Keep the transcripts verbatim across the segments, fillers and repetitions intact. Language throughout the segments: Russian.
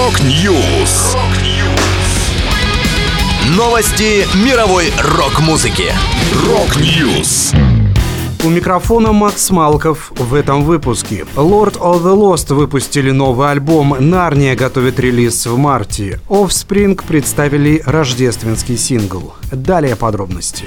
Рок-Ньюс. Новости мировой рок-музыки. Рок-Ньюс. У микрофона Макс Малков. В этом выпуске Lord of the Lost выпустили новый альбом, Нарния готовит релиз в марте, Offspring представили рождественский сингл. Далее подробности.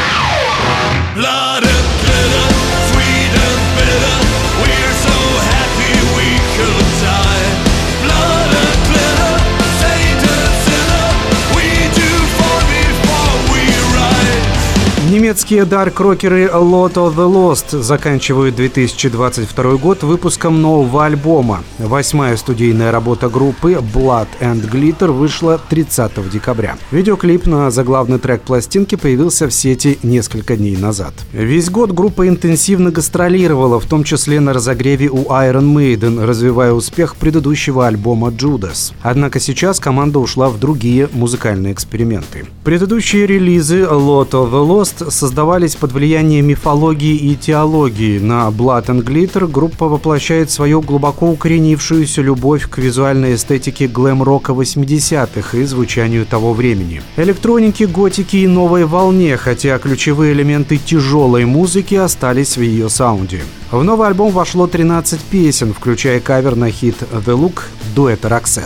Немецкие дарк-рокеры Lord of the Lost заканчивают две тысячи двадцать второй год выпуском нового альбома. Восьмая студийная работа группы Blood and Glitter вышла тридцатого декабря. Видеоклип на заглавный трек пластинки появился в сети несколько дней назад. Весь год группа интенсивно гастролировала, в том числе на разогреве у Iron Maiden, развивая успех предыдущего альбома Judas. Однако сейчас команда ушла в другие музыкальные эксперименты. Предыдущие релизы Lord of the Lost создавались под влиянием мифологии и теологии. На Blood and Glitter группа воплощает свою глубоко укоренившуюся любовь к визуальной эстетике глэм-рока восьмидесятых и звучанию того времени. Электроники, готики и новой волне, хотя ключевые элементы тяжелой музыки остались в ее саунде. В новый альбом вошло тринадцать песен, включая кавер на хит The Look дуэта Roxette.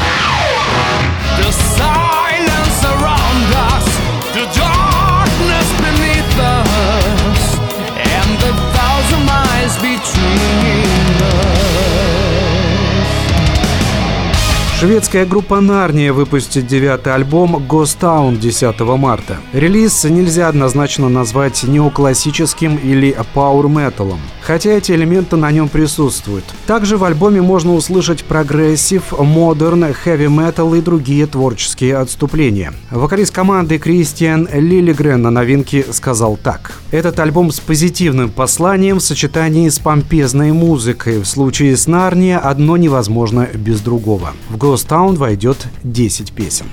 Шведская группа Нарния выпустит девятый альбом Ghost Town десятого марта. Релиз нельзя однозначно назвать неоклассическим или пауэр-металом, хотя эти элементы на нем присутствуют. Также в альбоме можно услышать прогрессив, модерн, хэви-метал и другие творческие отступления. Вокалист команды Кристиан Лилигрен на новинке сказал так: «Этот альбом с позитивным посланием в сочетании с помпезной музыкой. В случае с Нарния одно невозможно без другого». В Ghost Town войдет десять песен.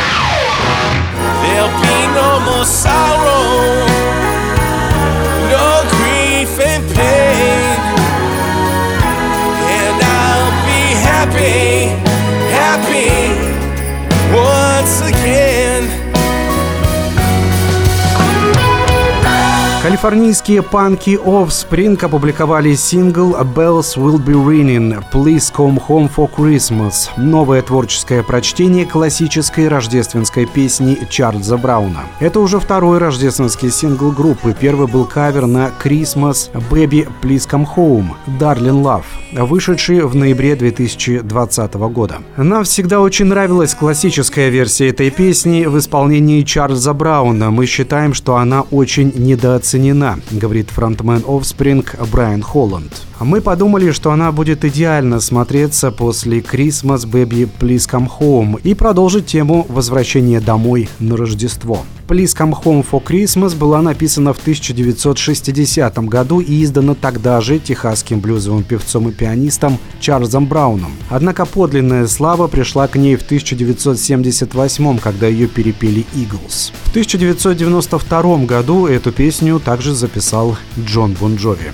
Калифорнийские панки Offspring опубликовали сингл «Bells Will Be Ringing» «Please Come Home for Christmas» — новое творческое прочтение классической рождественской песни Чарльза Брауна. Это уже второй рождественский сингл группы. Первый был кавер на «Christmas Baby Please Come Home» «Darling Love», вышедший в ноябре две тысячи двадцатого года. Нам всегда очень нравилась классическая версия этой песни в исполнении Чарльза Брауна. Мы считаем, что она очень недооценена, говорит фронтмен Offspring Брайан Холланд. Мы подумали, что она будет идеально смотреться после Christmas Baby Please Come Home и продолжить тему возвращения домой на Рождество. Please Come Home for Christmas была написана в тысяча девятьсот шестидесятом году и издана тогда же техасским блюзовым певцом и пианистом Чарльзом Брауном. Однако подлинная слава пришла к ней в тысяча девятьсот семьдесят восьмом, когда ее перепели Eagles. В тысяча девятьсот девяносто втором году эту песню также записал Джон Бон Джови.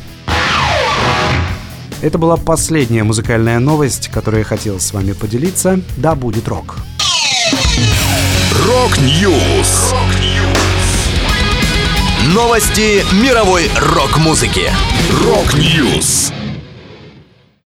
Это была последняя музыкальная новость, которую я хотел с вами поделиться. Да будет рок! Рок-Ньюс. Новости мировой рок-музыки. Рок-Ньюс.